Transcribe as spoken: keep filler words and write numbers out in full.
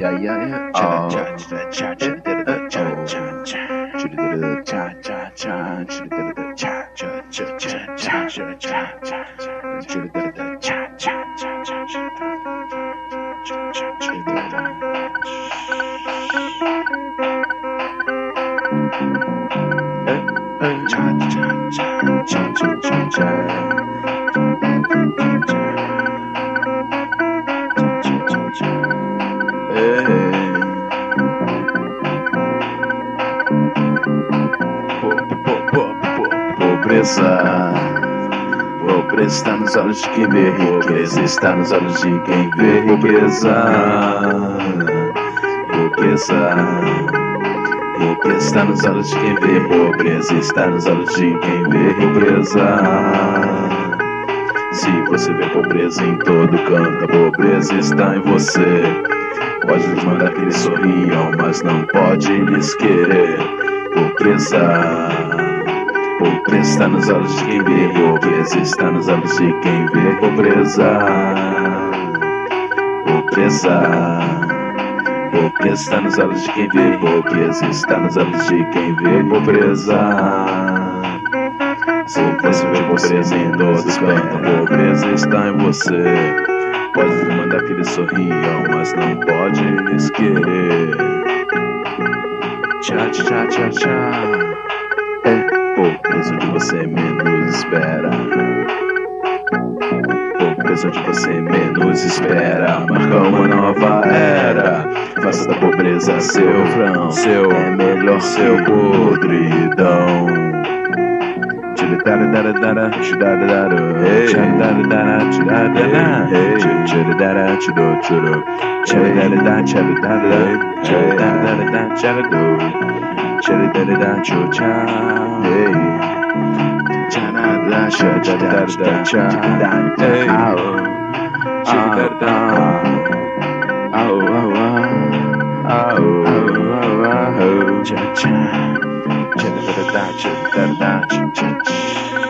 Yeah, yeah, yeah. Oh. Cha cha cha cha cha cha cha cha cha cha Pobreza, pobreza está nos olhos de quem vê riqueza, está nos olhos de quem vê riqueza. Pobreza, riqueza está nos olhos de quem vê pobreza, está nos olhos de quem vê riqueza. Se você vê pobreza em todo canto, a pobreza está em você. Pode lhes mandar que eles sorriam, mas não pode lhes querer. Pobreza, pobreza está nos olhos de quem vê pobreza, está nos olhos de quem vê pobreza. Pobreza, pobreza está nos olhos de quem vê pobreza, está nos olhos de quem vê pobreza. Se você vê pobreza em todos cantos, a pobreza está em você. Pode lhe mandar que eles sorriam, mas não pode lhes querer. Tchá, tchá, tchá, tchá. É pobreza onde você menos espera. Pobreza onde você menos espera. Marca uma nova era. Faça da pobreza seu frão. Seu é melhor seu podridão. Cha cha